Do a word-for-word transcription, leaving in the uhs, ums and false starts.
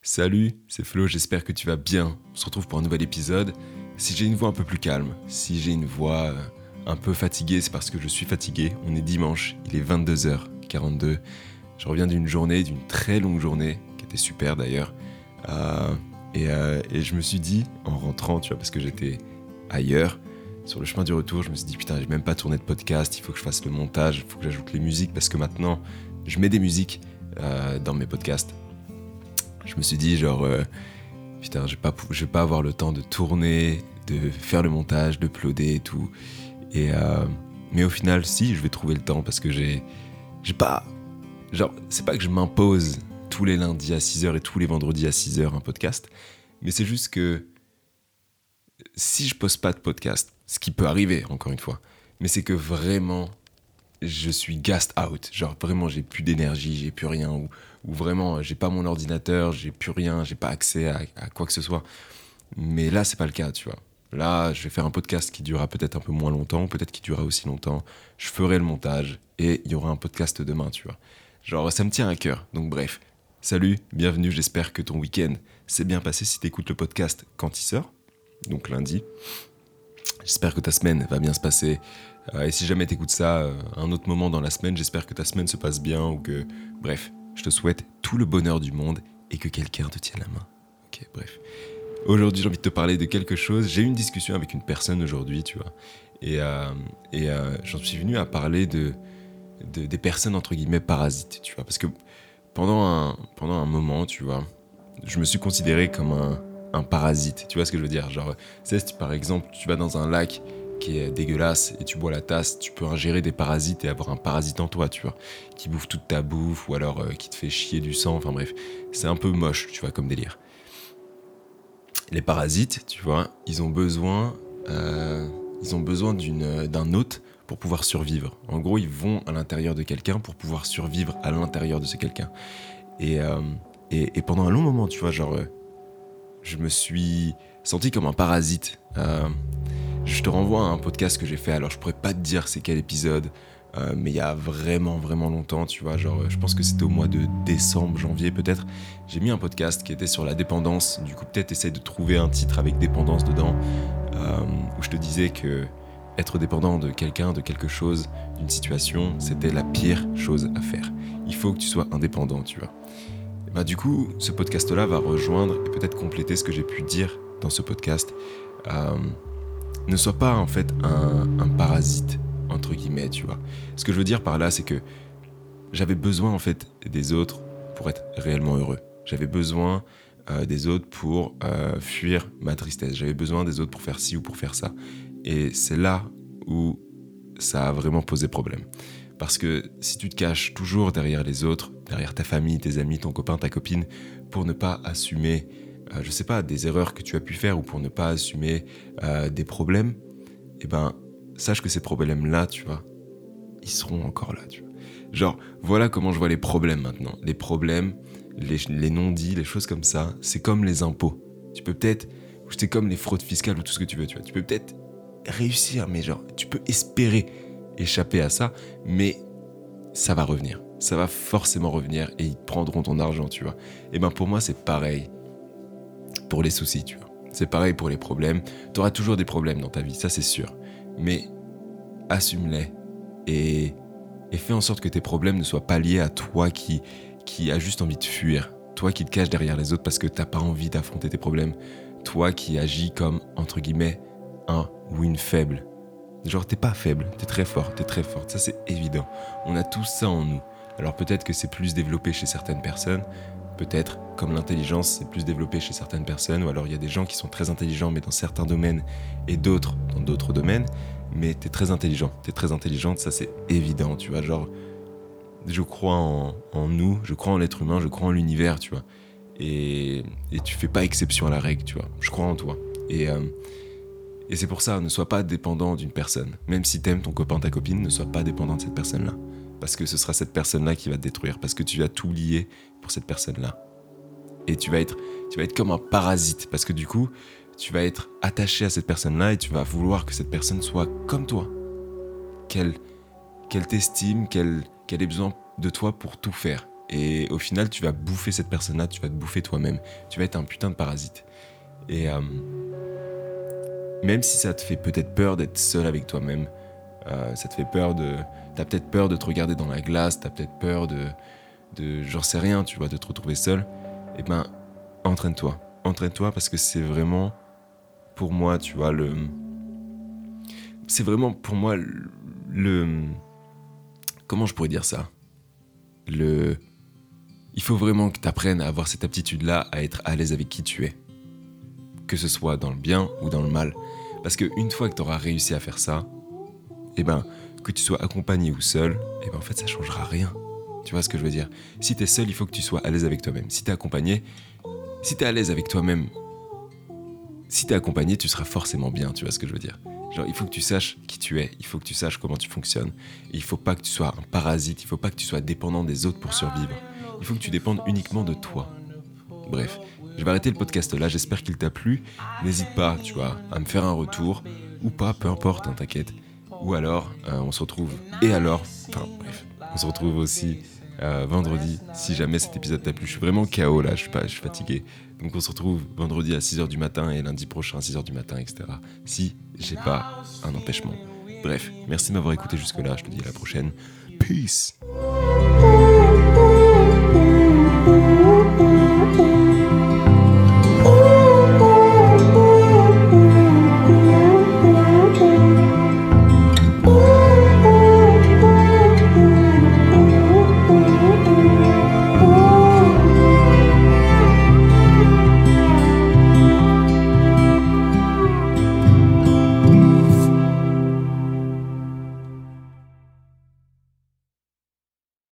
Salut, c'est Flo, j'espère que tu vas bien. On se retrouve pour un nouvel épisode. Si j'ai une voix un peu plus calme, si j'ai une voix euh, un peu fatiguée, c'est parce que je suis fatigué. On est dimanche, il est vingt-deux heures quarante-deux. Je reviens d'une journée, d'une très longue journée, qui était super d'ailleurs. Euh, et, euh, et je me suis dit, en rentrant, tu vois, parce que j'étais ailleurs, sur le chemin du retour, je me suis dit, putain, j'ai même pas tourné de podcast, il faut que je fasse le montage, il faut que j'ajoute les musiques, parce que maintenant, je mets des musiques euh, dans mes podcasts. Je me suis dit, genre, euh, putain, je vais pas, je vais pas avoir le temps de tourner, de faire le montage, de uploader et tout. Et, euh, mais au final, si, je vais trouver le temps parce que j'ai, j'ai pas, genre, c'est pas que je m'impose tous les lundis à six heures et tous les vendredis à six heures un podcast, mais c'est juste que si je poste pas de podcast, ce qui peut arriver, encore une fois, mais c'est que vraiment, je suis gassed out, genre vraiment j'ai plus d'énergie, j'ai plus rien, ou, ou vraiment j'ai pas mon ordinateur, j'ai plus rien, j'ai pas accès à, à quoi que ce soit. Mais là c'est pas le cas, tu vois. Là je vais faire un podcast qui durera peut-être un peu moins longtemps, peut-être qui durera aussi longtemps, je ferai le montage et il y aura un podcast demain, tu vois. Genre ça me tient à cœur, donc bref. Salut, bienvenue, j'espère que ton week-end s'est bien passé si t'écoutes le podcast quand il sort, donc lundi. J'espère que ta semaine va bien se passer. Euh, et si jamais t'écoutes ça euh, à un autre moment dans la semaine, j'espère que ta semaine se passe bien ou que... Bref, je te souhaite tout le bonheur du monde et que quelqu'un te tienne la main. Ok, bref. Aujourd'hui, j'ai envie de te parler de quelque chose. J'ai eu une discussion avec une personne aujourd'hui, tu vois. Et, euh, et euh, j'en suis venu à parler de, de, des personnes, entre guillemets, parasites, tu vois. Parce que pendant un, pendant un moment, tu vois, je me suis considéré comme un, un parasite. Tu vois ce que je veux dire? Genre, tu sais, si tu, par exemple, tu vas dans un lac qui est dégueulasse et tu bois la tasse, tu peux ingérer des parasites et avoir un parasite en toi, tu vois, qui bouffe toute ta bouffe ou alors euh, qui te fait chier du sang, enfin bref, c'est un peu moche, tu vois, comme délire. Les parasites, tu vois, ils ont besoin, euh, ils ont besoin d'une, d'un hôte pour pouvoir survivre. En gros, ils vont à l'intérieur de quelqu'un pour pouvoir survivre à l'intérieur de ce quelqu'un. Et, euh, et, et pendant un long moment, tu vois, genre, euh, je me suis senti comme un parasite. Euh, Je te renvoie à un podcast que j'ai fait, alors je pourrais pas te dire c'est quel épisode, euh, mais il y a vraiment vraiment longtemps, tu vois, genre je pense que c'était au mois de décembre, janvier peut-être, j'ai mis un podcast qui était sur la dépendance, du coup peut-être essaye de trouver un titre avec dépendance dedans, euh, où je te disais que être dépendant de quelqu'un, de quelque chose, d'une situation, c'était la pire chose à faire. Il faut que tu sois indépendant, tu vois. Et bah, du coup, ce podcast-là va rejoindre et peut-être compléter ce que j'ai pu dire dans ce podcast. Euh, Ne sois pas en fait un, un parasite, entre guillemets, tu vois. Ce que je veux dire par là, c'est que j'avais besoin en fait des autres pour être réellement heureux. J'avais besoin euh, des autres pour euh, fuir ma tristesse. J'avais besoin des autres pour faire ci ou pour faire ça. Et c'est là où ça a vraiment posé problème. Parce que si tu te caches toujours derrière les autres, derrière ta famille, tes amis, ton copain, ta copine, pour ne pas assumer, euh, je sais pas, des erreurs que tu as pu faire ou pour ne pas assumer euh, des problèmes, eh ben, sache que ces problèmes-là, tu vois, ils seront encore là, tu vois. Genre, voilà comment je vois les problèmes maintenant. Les problèmes, les, les non-dits, les choses comme ça, c'est comme les impôts. Tu peux peut-être, c'est comme les fraudes fiscales ou tout ce que tu veux, tu vois. Tu peux peut-être réussir, mais genre, tu peux espérer échapper à ça, mais ça va revenir. Ça va forcément revenir et ils prendront ton argent, tu vois. Et ben pour moi, c'est pareil pour les soucis, tu vois. C'est pareil pour les problèmes. Tu auras toujours des problèmes dans ta vie, ça c'est sûr. Mais assume-les et, et fais en sorte que tes problèmes ne soient pas liés à toi qui, qui a juste envie de fuir. Toi qui te caches derrière les autres parce que t'as pas envie d'affronter tes problèmes. Toi qui agis comme, entre guillemets, un ou une faible. Genre, t'es pas faible, t'es très fort, t'es très forte, ça c'est évident. On a tous ça en nous. Alors peut-être que c'est plus développé chez certaines personnes, peut-être, comme l'intelligence, c'est plus développé chez certaines personnes, ou alors il y a des gens qui sont très intelligents, mais dans certains domaines, et d'autres dans d'autres domaines, mais t'es très intelligent, t'es très intelligente, ça c'est évident, tu vois, genre, je crois en, en nous, je crois en l'être humain, je crois en l'univers, tu vois, et, et tu fais pas exception à la règle, tu vois, je crois en toi, et... Euh, Et c'est pour ça, ne sois pas dépendant d'une personne. Même si t'aimes ton copain, ta copine, ne sois pas dépendant de cette personne-là. Parce que ce sera cette personne-là qui va te détruire. Parce que tu as tout lié pour cette personne-là. Et tu vas être, tu vas être comme un parasite. Parce que du coup, tu vas être attaché à cette personne-là et tu vas vouloir que cette personne soit comme toi. Qu'elle, qu'elle t'estime, qu'elle, qu'elle ait besoin de toi pour tout faire. Et au final, tu vas bouffer cette personne-là, tu vas te bouffer toi-même. Tu vas être un putain de parasite. Et euh, même si ça te fait peut-être peur d'être seul avec toi-même, euh, ça te fait peur de... T'as peut-être peur de te regarder dans la glace, t'as peut-être peur de... de j'en sais rien, tu vois, de te retrouver seul. Eh ben, entraîne-toi. Entraîne-toi parce que c'est vraiment, pour moi, tu vois, le... C'est vraiment, pour moi, le... le... Comment je pourrais dire ça ? Le... Il faut vraiment que tu apprennes à avoir cette aptitude-là, à être à l'aise avec qui tu es. Que ce soit dans le bien ou dans le mal. Parce qu'une fois que tu auras réussi à faire ça, eh ben, que tu sois accompagné ou seul, eh ben, en fait, ça changera rien. Tu vois ce que je veux dire ? Si tu es seul, il faut que tu sois à l'aise avec toi-même. Si tu es accompagné, si tu es à l'aise avec toi-même, si tu es accompagné, tu seras forcément bien, tu vois ce que je veux dire ? Genre, il faut que tu saches qui tu es, il faut que tu saches comment tu fonctionnes. Et il faut pas que tu sois un parasite, il faut pas que tu sois dépendant des autres pour survivre. Il faut que tu dépendes uniquement de toi. Bref, je vais arrêter le podcast là, j'espère qu'il t'a plu. N'hésite pas, tu vois, à me faire un retour, ou pas, peu importe, hein, t'inquiète. Ou alors, euh, on se retrouve, et alors, enfin bref, on se retrouve aussi euh, vendredi, si jamais cet épisode t'a plu. Je suis vraiment K O là, je suis, pas, je suis fatigué. Donc on se retrouve vendredi à six heures du matin et lundi prochain à six heures du matin, et cetera. Si j'ai pas un empêchement. Bref, merci de m'avoir écouté jusque là, je te dis à la prochaine. Peace.